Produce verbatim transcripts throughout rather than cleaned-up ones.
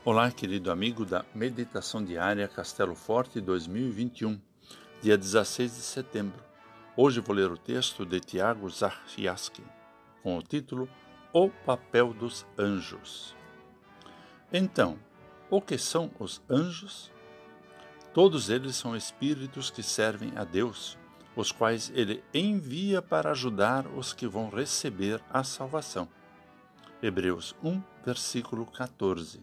Olá, querido amigo da Meditação Diária Castelo Forte dois mil e vinte e um, dia dezesseis de setembro. Hoje vou ler o texto de Tiago Zachiaski, com o título O Papel dos Anjos. Então, o que são os anjos? Todos eles são espíritos que servem a Deus, os quais ele envia para ajudar os que vão receber a salvação. Hebreus um, versículo quatorze.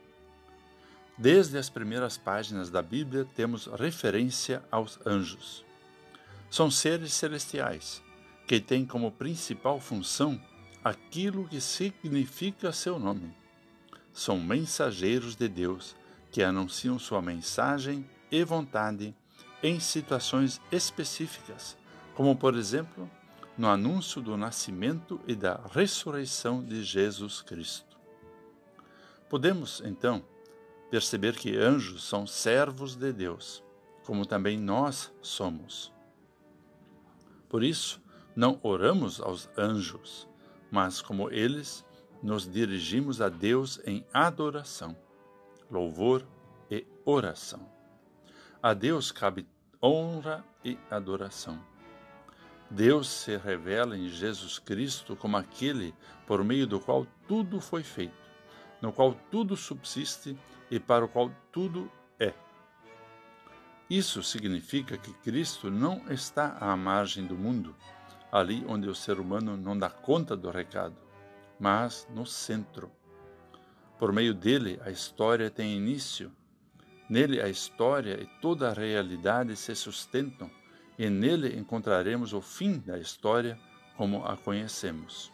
Desde as primeiras páginas da Bíblia temos referência aos anjos. São seres celestiais, que têm como principal função aquilo que significa seu nome. São mensageiros de Deus que anunciam sua mensagem e vontade em situações específicas, como por exemplo, no anúncio do nascimento e da ressurreição de Jesus Cristo. Podemos, então, perceber que anjos são servos de Deus, como também nós somos. Por isso, não oramos aos anjos, mas como eles, nos dirigimos a Deus em adoração, louvor e oração. A Deus cabe honra e adoração. Deus se revela em Jesus Cristo como aquele por meio do qual tudo foi feito, no qual tudo subsiste e para o qual tudo é. Isso significa que Cristo não está à margem do mundo, ali onde o ser humano não dá conta do recado, mas no centro. Por meio dele, a história tem início. Nele, a história e toda a realidade se sustentam, e nele encontraremos o fim da história como a conhecemos.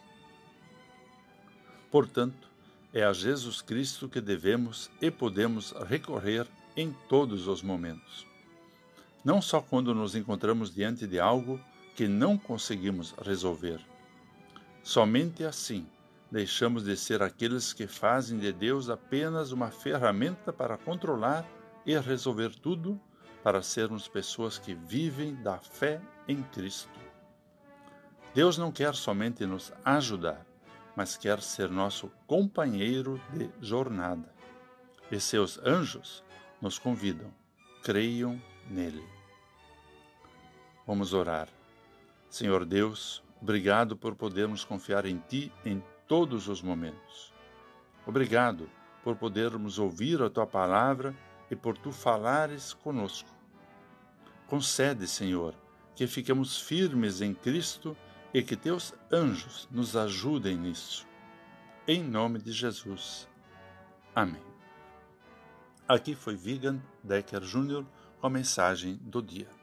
Portanto, é a Jesus Cristo que devemos e podemos recorrer em todos os momentos. Não só quando nos encontramos diante de algo que não conseguimos resolver. Somente assim deixamos de ser aqueles que fazem de Deus apenas uma ferramenta para controlar e resolver tudo, para sermos pessoas que vivem da fé em Cristo. Deus não quer somente nos ajudar, mas quer ser nosso companheiro de jornada. E seus anjos nos convidam, creiam nele. Vamos orar. Senhor Deus, obrigado por podermos confiar em Ti em todos os momentos. Obrigado por podermos ouvir a Tua palavra e por Tu falares conosco. Concede, Senhor, que fiquemos firmes em Cristo e que Teus anjos nos ajudem nisso. Em nome de Jesus. Amém. Aqui foi Vigan Decker Júnior com a mensagem do dia.